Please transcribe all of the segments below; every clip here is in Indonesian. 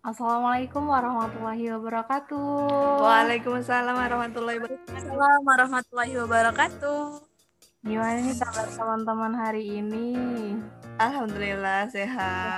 Assalamualaikum warahmatullahi wabarakatuh. Waalaikumsalam warahmatullahi wabarakatuh. Assalamualaikum warahmatullahi wabarakatuh. Gimana nih kabar teman-teman hari ini? Alhamdulillah sehat.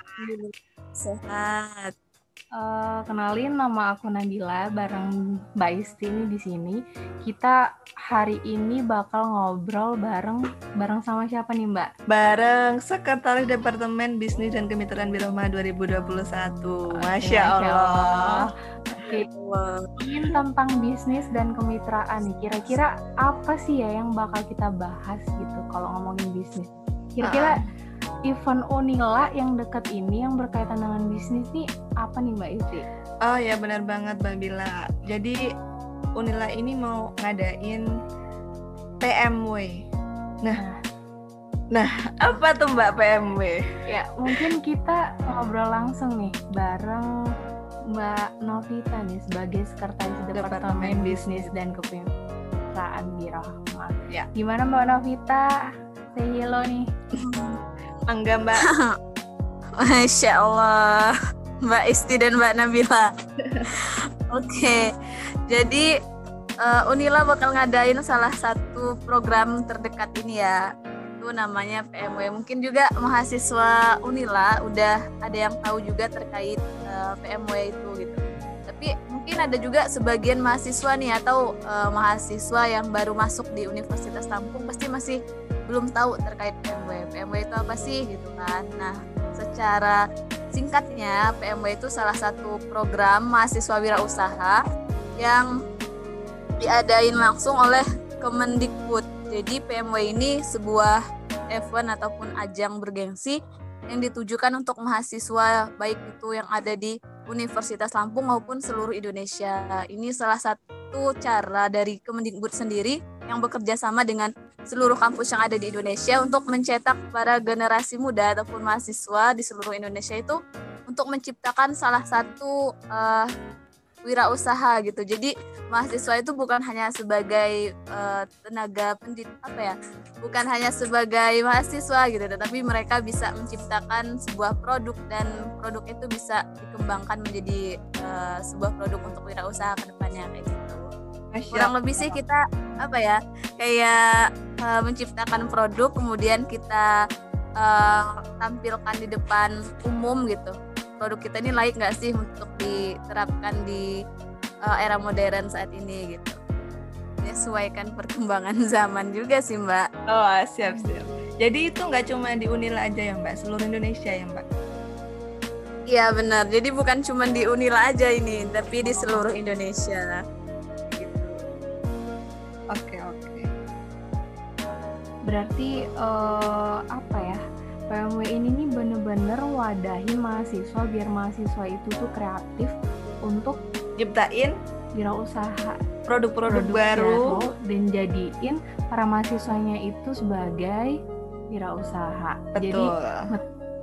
Sehat. Kenalin, nama aku Nabila bareng Mbak Isti nih di sini. Kita hari ini bakal ngobrol bareng sama siapa nih, Mbak? Bareng Sekretaris Departemen Bisnis dan Kemitraan Birahma 2021. Masya Allah. Oke, ingin tentang bisnis dan kemitraan nih. Kira-kira apa sih ya yang bakal kita bahas gitu kalau ngomongin bisnis? Kira-kira event Unila yang dekat ini yang berkaitan dengan bisnis nih apa nih Mbak Isti? Oh ya, benar banget Mbak Bila. Jadi Unila ini mau ngadain PMW. Nah, apa tuh Mbak PMW? Ya, mungkin kita ngobrol langsung nih bareng Mbak Novita nih sebagai Sekretaris Departemen Bisnis dan Kemitraan Birahma. Ya. Gimana Mbak Novita? Say hello nih. Enggak Mbak. Masya Allah, Mbak Isti dan Mbak Nabila. Oke, jadi Unila bakal ngadain salah satu program terdekat ini ya. Itu namanya PMW. Mungkin juga mahasiswa Unila udah ada yang tahu juga terkait PMW itu gitu. Tapi mungkin ada juga sebagian mahasiswa nih atau mahasiswa yang baru masuk di Universitas Lampung pasti masih belum tahu terkait PMW. PMW itu apa sih gitu kan. Nah, secara singkatnya PMW itu salah satu program mahasiswa wirausaha yang diadain langsung oleh Kemendikbud. Jadi PMW ini sebuah event ataupun ajang bergengsi yang ditujukan untuk mahasiswa baik itu yang ada di Universitas Lampung maupun seluruh Indonesia. Ini salah satu cara dari Kemendikbud sendiri yang bekerja sama dengan seluruh kampus yang ada di Indonesia untuk mencetak para generasi muda ataupun mahasiswa di seluruh Indonesia itu untuk menciptakan salah satu wirausaha gitu. Jadi mahasiswa itu bukan hanya sebagai tenaga pendidik bukan hanya sebagai mahasiswa gitu, tetapi mereka bisa menciptakan sebuah produk dan produk itu bisa dikembangkan menjadi sebuah produk untuk wirausaha ke depannya kayak gitu. Kurang lebih sih kita kayak menciptakan produk kemudian kita tampilkan di depan umum gitu. Produk kita ini layak nggak sih untuk diterapkan di era modern saat ini gitu. Menyesuaikan perkembangan zaman juga sih Mbak. Oh siap. Jadi itu nggak cuma di Unila aja ya Mbak, seluruh Indonesia ya Mbak? Iya benar, jadi bukan cuma di Unila aja ini, tapi di seluruh Indonesia gitu. Oke. Berarti PMW ini nih bener-bener wadahin mahasiswa biar mahasiswa itu tuh kreatif untuk nyiptain wirausaha produk-produk baru dan jadiin para mahasiswanya itu sebagai wirausaha. Betul. Jadi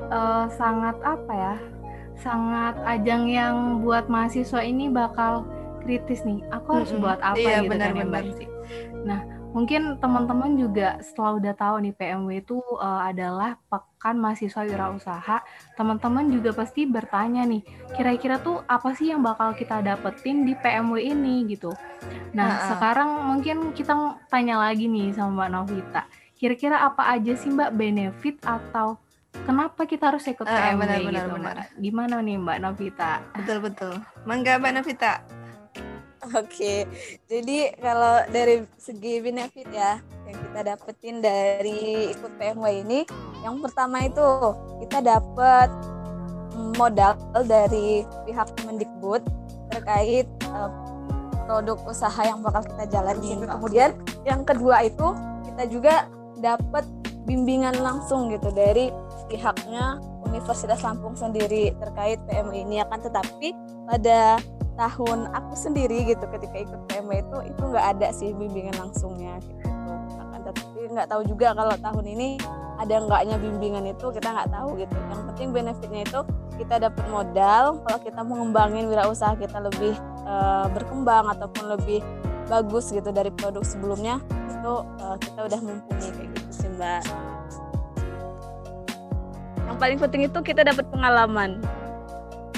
sangat ajang yang buat mahasiswa ini bakal kritis nih. Aku harus buat apa gitu kan ya Mbak Sih. Nah, mungkin teman-teman juga setelah udah tahu nih PMW itu adalah Pekan Mahasiswa Wirausaha, teman-teman juga pasti bertanya nih, kira-kira tuh apa sih yang bakal kita dapetin di PMW ini gitu. Nah, sekarang mungkin kita tanya lagi nih sama Mbak Novita, kira-kira apa aja sih Mbak benefit atau kenapa kita harus ikut PMW gitu. Gimana nih Mbak Novita? Betul. Mangga Mbak Novita. Oke, jadi kalau dari segi benefit ya yang kita dapetin dari ikut PMW ini, yang pertama itu kita dapat modal dari pihak Kemendikbud terkait produk usaha yang bakal kita jalanin. Kemudian yang kedua itu kita juga dapat bimbingan langsung gitu dari pihaknya Universitas Lampung sendiri terkait PMW ini. Akan tetapi pada tahun aku sendiri gitu ketika ikut PMW itu nggak ada sih bimbingan langsungnya gitu. Akan tetapi nggak tahu juga kalau tahun ini ada nggaknya bimbingan itu kita nggak tahu gitu. Yang penting benefitnya itu kita dapat modal kalau kita mau ngembangin wirausaha kita lebih berkembang ataupun lebih bagus gitu dari produk sebelumnya itu kita udah mumpuni kayak gitu sih Mbak. Yang paling penting itu kita dapat pengalaman.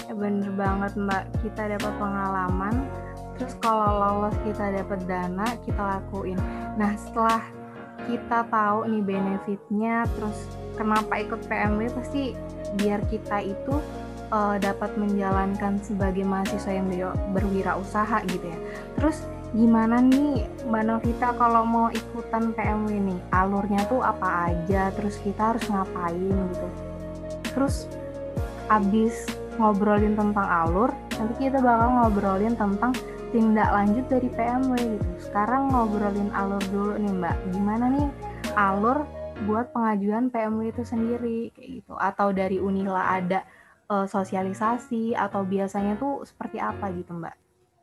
Bener banget Mbak, kita dapat pengalaman, terus kalau lolos kita dapat dana, kita lakuin. Nah setelah kita tahu nih benefitnya, terus kenapa ikut PMW, pasti biar kita itu dapat menjalankan sebagai mahasiswa yang berwirausaha gitu ya. Terus gimana nih Mbak Novita kalau mau ikutan PMW nih, alurnya tuh apa aja, terus kita harus ngapain gitu. Terus abis ngobrolin tentang alur, nanti kita bakal ngobrolin tentang tindak lanjut dari PMW gitu. Sekarang ngobrolin alur dulu nih Mbak, gimana nih alur buat pengajuan PMW itu sendiri kayak gitu, atau dari Unila ada sosialisasi atau biasanya tuh seperti apa gitu Mbak?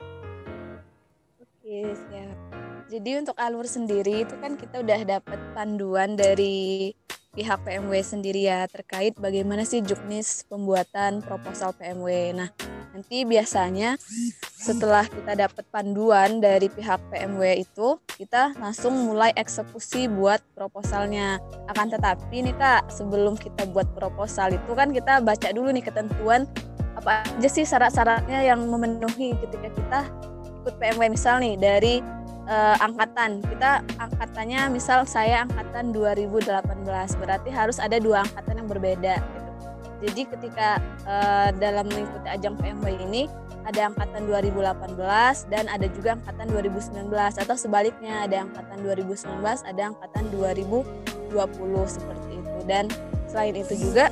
Oke, siap. Jadi untuk alur sendiri itu kan kita udah dapat panduan dari pihak PMW sendiri ya, terkait bagaimana sih juknis pembuatan proposal PMW. Nah, nanti biasanya setelah kita dapat panduan dari pihak PMW itu, kita langsung mulai eksekusi buat proposalnya. Akan tetapi nih Kak, sebelum kita buat proposal itu kan kita baca dulu nih ketentuan apa aja sih syarat-syaratnya yang memenuhi ketika kita ikut PMW. Misal nih dari angkatan, kita angkatannya misal saya angkatan 2018, berarti harus ada 2 angkatan yang berbeda gitu. Jadi ketika dalam mengikuti ajang PMW ini ada angkatan 2018 dan ada juga angkatan 2019, atau sebaliknya ada angkatan 2019 ada angkatan 2020 seperti itu. Dan selain itu juga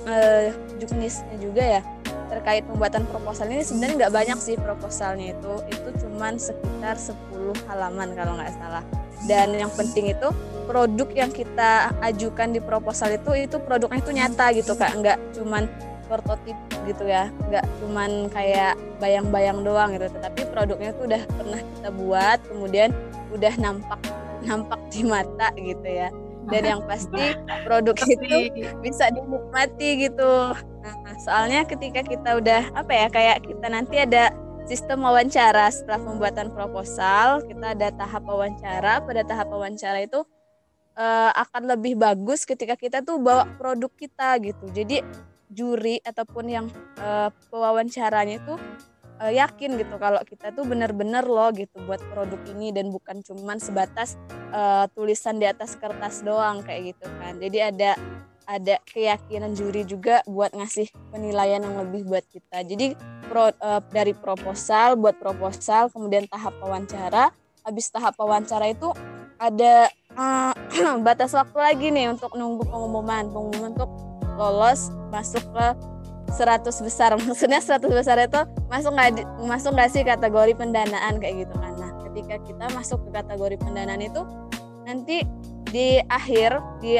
juknisnya juga ya, terkait pembuatan proposal ini sebenarnya nggak banyak sih proposalnya, itu cuman sekitar 10 halaman kalau nggak salah. Dan yang penting itu produk yang kita ajukan di proposal itu produknya itu nyata gitu Kak, nggak cuman prototip gitu ya, nggak cuman kayak bayang-bayang doang gitu, tetapi produknya itu udah pernah kita buat, kemudian udah nampak di mata gitu ya. Dan yang pasti produk itu bisa dinikmati gitu. Nah, soalnya ketika kita udah kayak kita nanti ada sistem wawancara setelah pembuatan proposal, kita ada tahap wawancara. Pada tahap wawancara itu akan lebih bagus ketika kita tuh bawa produk kita gitu. Jadi juri ataupun yang pewawancaranya itu yakin gitu kalau kita tuh benar-benar loh gitu buat produk ini, dan bukan cuman sebatas tulisan di atas kertas doang kayak gitu kan. Jadi ada keyakinan juri juga buat ngasih penilaian yang lebih buat kita. Jadi dari proposal, buat proposal, kemudian tahap wawancara. Habis tahap wawancara itu ada batas waktu lagi nih untuk nunggu pengumuman untuk lolos masuk ke 100 besar. Maksudnya 100 besar itu masuk nggak sih kategori pendanaan kayak gitu kan. Nah, ketika kita masuk ke kategori pendanaan itu nanti di akhir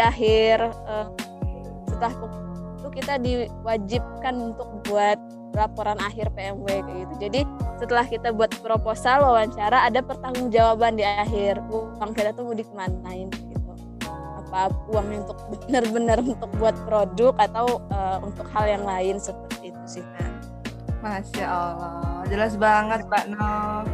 setelah itu kita diwajibkan untuk buat laporan akhir PMW kayak gitu. Jadi setelah kita buat proposal, wawancara, ada pertanggungjawaban di akhir, uang kita tuh mau dikemanain gitu. Apa uangnya untuk benar-benar untuk buat produk atau untuk hal yang lain seperti itu sih Kak. Masya Allah, jelas banget Mbak Nov.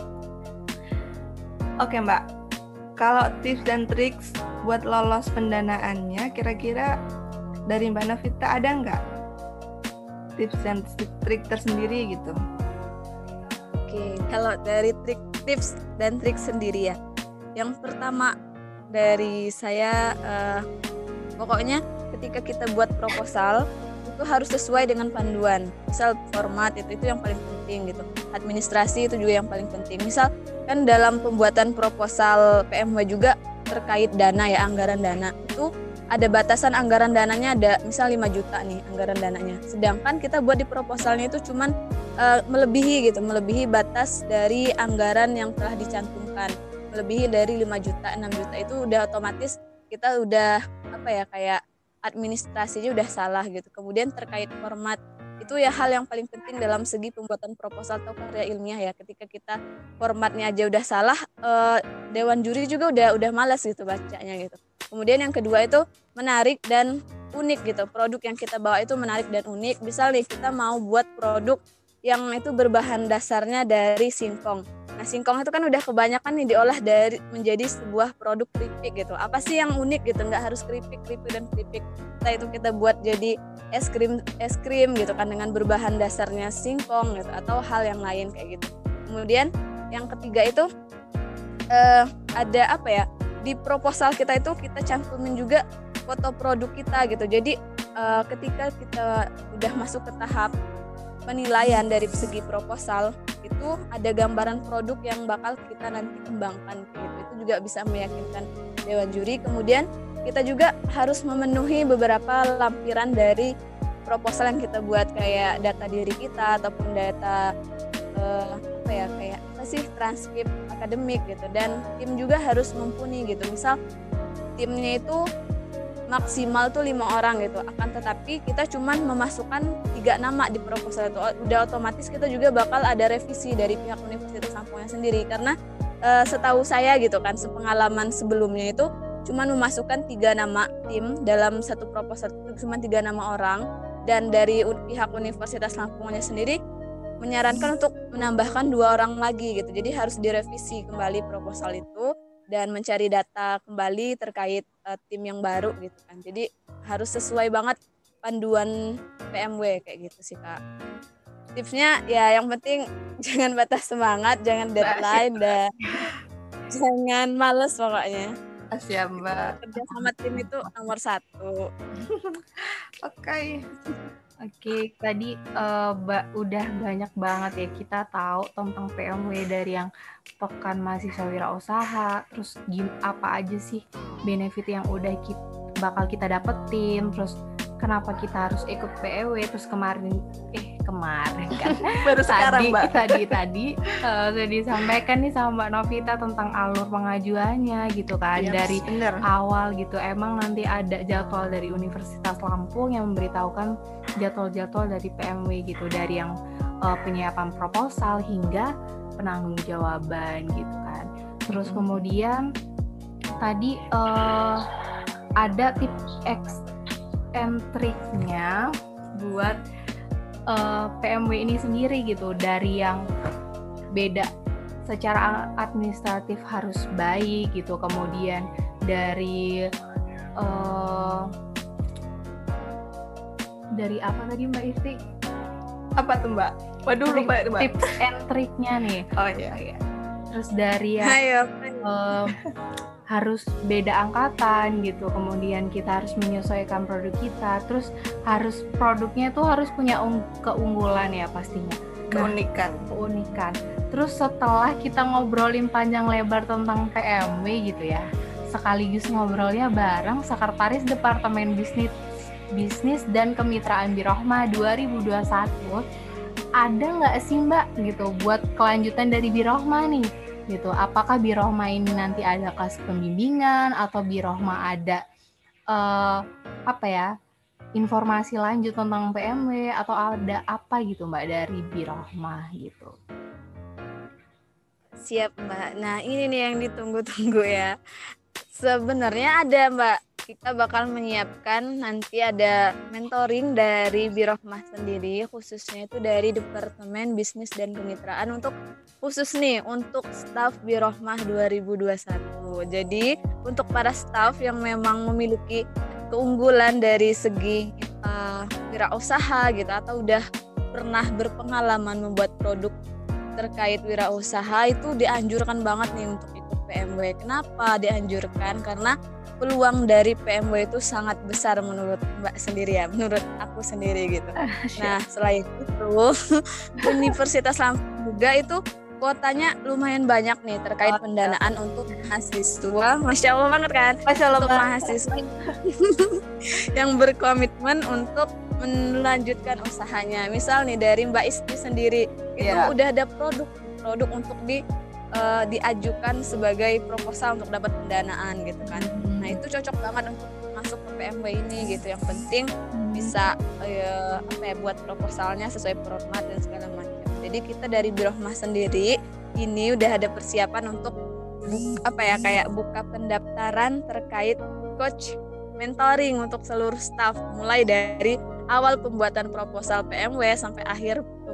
Oke Mbak, kalau tips dan triks buat lolos pendanaannya, kira-kira dari Mbak Novita ada nggak tips dan trik tersendiri gitu? Oke, kalau dari tips dan trik sendiri ya, yang pertama dari saya pokoknya ketika kita buat proposal itu harus sesuai dengan panduan. Misal format itu yang paling penting gitu. Administrasi itu juga yang paling penting. Misal kan dalam pembuatan proposal PMW juga terkait dana ya, anggaran dana. Itu ada batasan anggaran dananya, ada misal 5 juta nih anggaran dananya. Sedangkan kita buat di proposalnya itu cuman melebihi batas dari anggaran yang telah dicantumkan. Melebihi dari 5 juta, 6 juta itu udah otomatis kita udah kayak administrasinya udah salah gitu. Kemudian terkait format itu ya hal yang paling penting dalam segi pembuatan proposal atau karya ilmiah ya. Ketika kita formatnya aja udah salah, dewan juri juga udah malas gitu bacanya gitu. Kemudian yang kedua itu menarik dan unik gitu. Produk yang kita bawa itu menarik dan unik. Misal nih kita mau buat produk yang itu berbahan dasarnya dari singkong. Nah, singkong itu kan udah kebanyakan nih diolah menjadi sebuah produk keripik gitu. Apa sih yang unik gitu? Nggak harus keripik dan keripik. Nah, itu kita buat jadi es krim gitu kan dengan berbahan dasarnya singkong gitu atau hal yang lain kayak gitu. Kemudian yang ketiga itu ada apa ya? Di proposal kita itu kita cantumin juga foto produk kita gitu. Jadi ketika kita udah masuk ke tahap penilaian dari segi proposal itu ada gambaran produk yang bakal kita nanti kembangkan gitu. Itu juga bisa meyakinkan dewan juri. Kemudian kita juga harus memenuhi beberapa lampiran dari proposal yang kita buat, kayak data diri kita ataupun data kayak apa sih, transkrip akademik gitu. Dan tim juga harus mumpuni gitu. Misal timnya itu maksimal tuh 5 orang gitu, akan tetapi kita cuman memasukkan 3 nama di proposal itu, udah otomatis kita juga bakal ada revisi dari pihak Universitas Lampungnya sendiri, karena setahu saya gitu kan, sepengalaman sebelumnya itu cuman memasukkan 3 nama tim dalam satu proposal itu, cuma 3 nama orang, dan dari pihak Universitas Lampungnya sendiri menyarankan untuk menambahkan 2 orang lagi gitu. Jadi harus direvisi kembali proposal itu dan mencari data kembali terkait tim yang baru gitu kan. Jadi harus sesuai banget panduan PMW kayak gitu sih Kak. Tipsnya ya yang penting jangan patah semangat, jangan deadline, dan jangan males pokoknya. Siap Mbak. Kerja sama tim itu nomor 1. Oke, tadi udah banyak banget ya kita tahu tentang PMW, dari yang pekan mahasiswa wirausaha, terus apa aja sih benefit yang udah bakal kita dapetin, terus kenapa kita harus ikut PMW, terus kemarin kan baru sekarang Mbak. Tadi sudah disampaikan nih sama Mbak Novita tentang alur pengajuannya gitu kan. Dari awal gitu, emang nanti ada jadwal dari Universitas Lampung yang memberitahukan jadwal-jadwal dari PMW gitu, dari yang penyiapan proposal hingga penanggung-jawaban gitu kan. Terus kemudian tadi ada tips and triknya buat PMW ini sendiri gitu, dari yang beda secara administratif harus baik gitu, kemudian dari apa tadi Mbak Isti? Apa tuh Mbak? Waduh lupa itu Mbak. Tips and triknya nih. Oh iya. Terus dari harus beda angkatan gitu, kemudian kita harus menyesuaikan produk kita, terus produknya tuh harus punya keunggulan ya pastinya, keunikan. Terus setelah kita ngobrolin panjang lebar tentang PMW gitu ya, sekaligus ngobrolnya bareng Sekretaris Departemen Bisnis dan Kemitraan Birrohmah 2021, ada nggak sih Mbak gitu buat kelanjutan dari Birrohmah nih gitu? Apakah Birrohmah ini nanti ada kelas pembimbingan atau Birrohmah ada informasi lanjut tentang PMW, atau ada apa gitu Mbak dari Birrohmah gitu? Siap Mbak. Nah ini nih yang ditunggu-tunggu ya. Sebenarnya ada Mbak, kita bakal menyiapkan nanti ada mentoring dari Birrohmah sendiri, khususnya itu dari Departemen Bisnis dan Kemitraan, untuk khusus nih untuk staf Birrohmah 2021. Jadi untuk para staf yang memang memiliki keunggulan dari segi wirausaha gitu, atau udah pernah berpengalaman membuat produk terkait wirausaha, itu dianjurkan banget nih untuk ikut PMW. Kenapa dianjurkan? Karena peluang dari PMW itu sangat besar menurut Mbak sendiri ya, menurut aku sendiri gitu. Nah selain itu Universitas Lampung juga itu kuotanya lumayan banyak nih terkait pendanaan untuk mahasiswa. Masya Allah banget kan? Masya Allah untuk mahasiswa yang berkomitmen untuk melanjutkan usahanya. Misal nih dari Mbak Isti sendiri itu udah ada produk untuk diajukan sebagai proposal untuk dapat pendanaan gitu kan. Nah itu cocok banget untuk masuk ke PMW ini gitu. Yang penting bisa buat proposalnya sesuai format dan segala macam. Jadi kita dari Birrohmah sendiri ini udah ada persiapan untuk buka pendaftaran terkait coach mentoring untuk seluruh staff, mulai dari awal pembuatan proposal PMW sampai akhir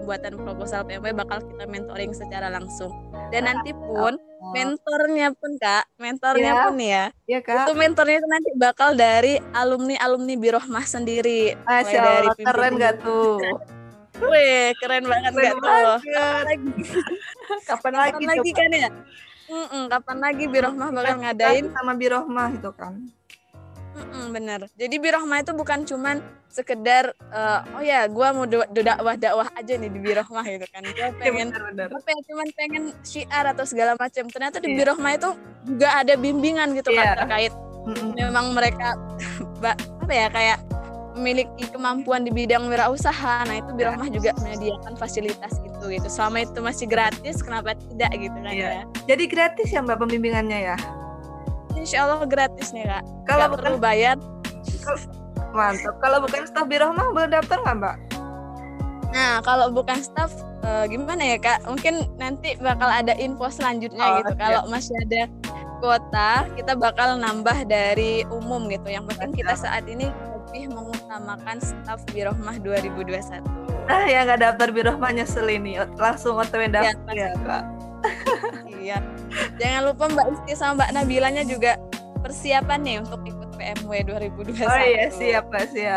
pembuatan proposal PMW bakal kita mentoring secara langsung. Dan nanti pun mentornya pun pun nih ya. Iya, Kak. Itu mentornya itu nanti bakal dari alumni Birohmah sendiri. Masya Allah, keren gak tuh? Wih, keren banget gak tuh? Kapan lagi kan ya? Kapan lagi Birohmah bakal ngadain sama Birohmah itu kan? Bener. Jadi Birohmah itu bukan cuman sekedar gue mau dakwah aja nih di Birohmah gitu kan. Gue pengen cuman pengen syiar atau segala macam. Ternyata di Birohmah itu juga ada bimbingan gitu kan terkait memang mereka kayak memiliki kemampuan di bidang wirausaha. Nah, itu Birohmah juga menyediakan fasilitas itu gitu. Selama itu masih gratis, kenapa tidak gitu kan ya. Jadi gratis ya Mbak pembimbingannya ya? Insya Allah gratis nih Kak. Kalau bukan perlu bayar. Mantap. Kalau bukan staf Birohmah boleh daftar nggak Mbak? Nah, kalau bukan staf gimana ya Kak? Mungkin nanti bakal ada info selanjutnya gitu. Kalau masih ada kuota, kita bakal nambah dari umum gitu. Yang penting kita saat ini lebih mengutamakan staf Birohmah 2021. Nah, yang nggak daftar Birohmah nyesel ini. Langsung OTW daftar ya Kak. Iya. Jangan lupa Mbak Isti sama Mbak Nabilanya juga persiapan nih untuk ikut PMW 2021. Oh iya, siap.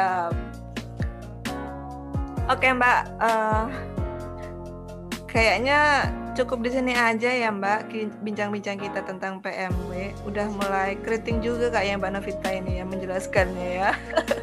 Oke Mbak, kayaknya cukup di sini aja ya Mbak, bincang-bincang kita tentang PMW. Udah mulai keriting juga Kak ya Mbak Novita ini ya menjelaskannya ya.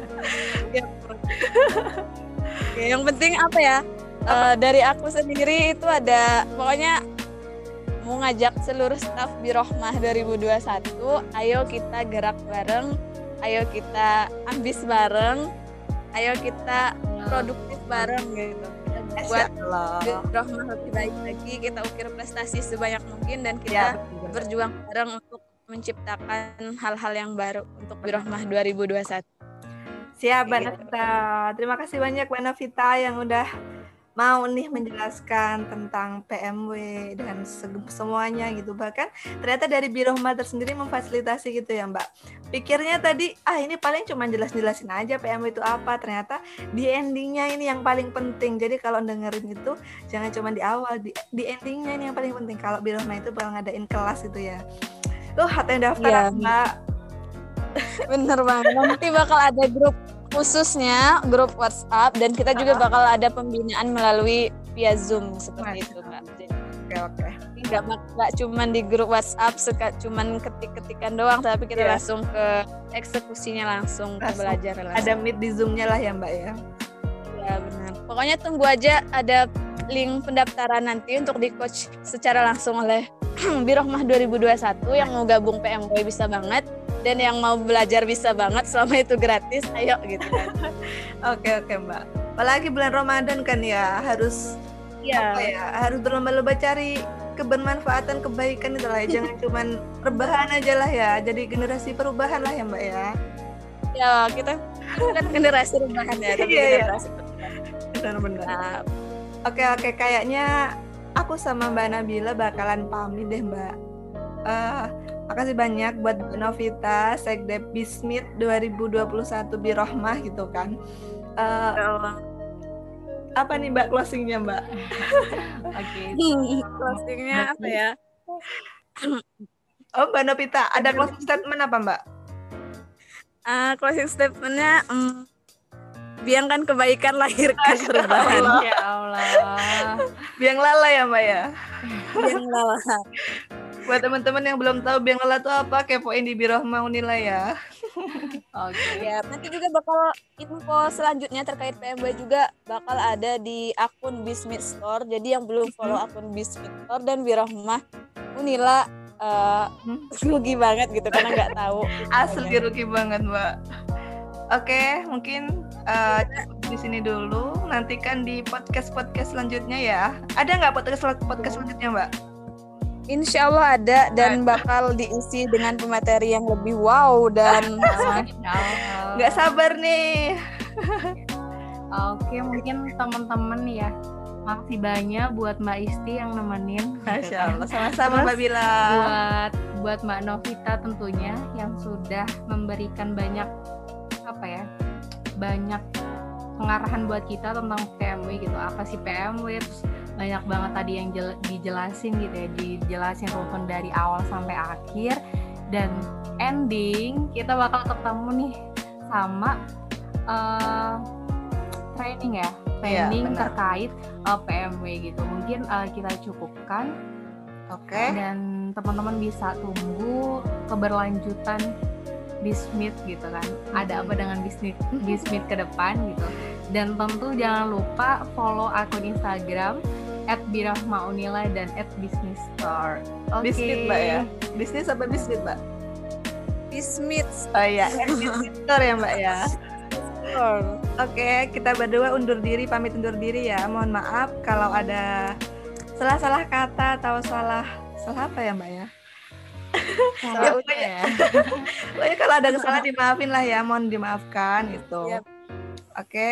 Yang penting apa ya? Dari aku sendiri itu ada pokoknya mau ngajak seluruh staf Birohmah 2021, ayo kita gerak bareng, ayo kita ambis bareng, ayo kita produktif bareng gitu. Kita buat Birohmah lebih baik lagi, kita ukir prestasi sebanyak mungkin dan kita berjuang bareng untuk menciptakan hal-hal yang baru untuk Birohmah 2021. Siap Mbak Novita. Terima kasih banyak Mbak Novita yang udah mau nih menjelaskan tentang PMW dan semuanya gitu. Bahkan ternyata dari Birohmah tersendiri memfasilitasi gitu ya Mbak. Pikirnya tadi ini paling cuma jelas-jelasin aja PMW itu apa. Ternyata di endingnya ini yang paling penting. Jadi kalau dengerin itu jangan cuma di awal, di endingnya ini yang paling penting. Kalau Birohmah itu bakal ngadain kelas gitu ya. Hati yang daftar Mbak. Bener banget. Nanti bakal ada grup khususnya, grup WhatsApp, dan kita juga bakal ada pembinaan melalui via Zoom seperti itu Mbak. Oke. Nggak cuman di grup WhatsApp cuman ketik-ketikan doang, tapi kita langsung ke eksekusinya langsung ke belajar langsung. Ada meet di Zoom-nya lah ya Mbak ya. Ya benar. Pokoknya tunggu aja ada link pendaftaran nanti untuk di coach secara langsung oleh Birohmah 2021. Yang mau gabung PMW bisa banget, dan yang mau belajar bisa banget, selama itu gratis, ayo gitu kan. Oke Mbak. Apalagi bulan Ramadan kan ya, harus harus berlomba-lomba cari kebermanfaatan, kebaikan itu lah. Jangan cuman rebahan aja lah ya. Jadi generasi perubahan lah ya Mbak ya. Ya, kita bukan generasi rebahan ya, tapi generasi perubahan. Benar. Oke, kayaknya aku sama Mbak Nabila bakalan pamit deh Mbak. Makasih banyak buat Mbak Novita, Sekdep Bismit 2021 Birohmah gitu kan. Apa nih Mbak closingnya Mbak? Oke. Closingnya apa ya? Mbak Novita, ada closing statement apa Mbak? Closing statementnya biangkan kebaikan, lahirkan perubahan. Ya Allah. Biang lala ya Mbak ya? Biang lala. Buat teman-teman yang belum tahu biang lala itu apa, kepoin di Birohmah Unila ya. Oke. Ya, nanti juga bakal info selanjutnya terkait PMW juga bakal ada di akun Bismit Store. Jadi yang belum follow akun Bismit Store dan Birohmah Unila rugi banget gitu karena nggak tahu. Asli rugi banget Mbak. Oke, mungkin di sini dulu. Nantikan di podcast selanjutnya ya. Ada nggak podcast selanjutnya Mbak? Insya Allah ada, dan bakal diisi dengan pemateri yang lebih wow dan nggak sabar nih. Oke, mungkin teman-teman ya, makasih banyak buat Mbak Isti yang nemenin. Masya Allah, sama-sama Mbak Bila. Buat Mbak Novita tentunya yang sudah memberikan banyak pengarahan buat kita tentang PMW gitu. Apa sih PMW? Terus banyak banget tadi yang dijelasin gitu ya, dijelasin runtun dari awal sampai akhir, dan ending kita bakal ketemu nih sama training terkait PMW gitu. Mungkin kita cukupkan. Oke. Dan teman-teman bisa tunggu keberlanjutan Bismit gitu kan. Ada apa dengan Bismit ke depan gitu. Dan tentu jangan lupa follow akun Instagram @birahmaunila dan @businessstore. Bismit Mbak ya. Bisnis apa Bismit Mbak? Bismit. Oh iya, Businessstore ya Mbak ya. Oke, kita berdua pamit undur diri ya. Mohon maaf kalau ada salah kata atau salah apa ya Mbak ya? Pokoknya kalau ada kesalahan dimaafin lah ya, mohon dimaafkan itu. Yep. Oke.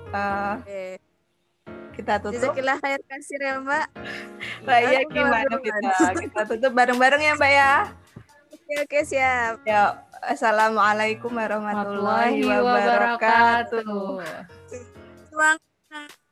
Kita tutup. Jazakallah khair kasir ya Mbak. Mbak ya gimana kita tutup bareng-bareng ya Mbak ya. Oke siap. Ya, assalamualaikum warahmatullahi wabarakatuh. Semangat.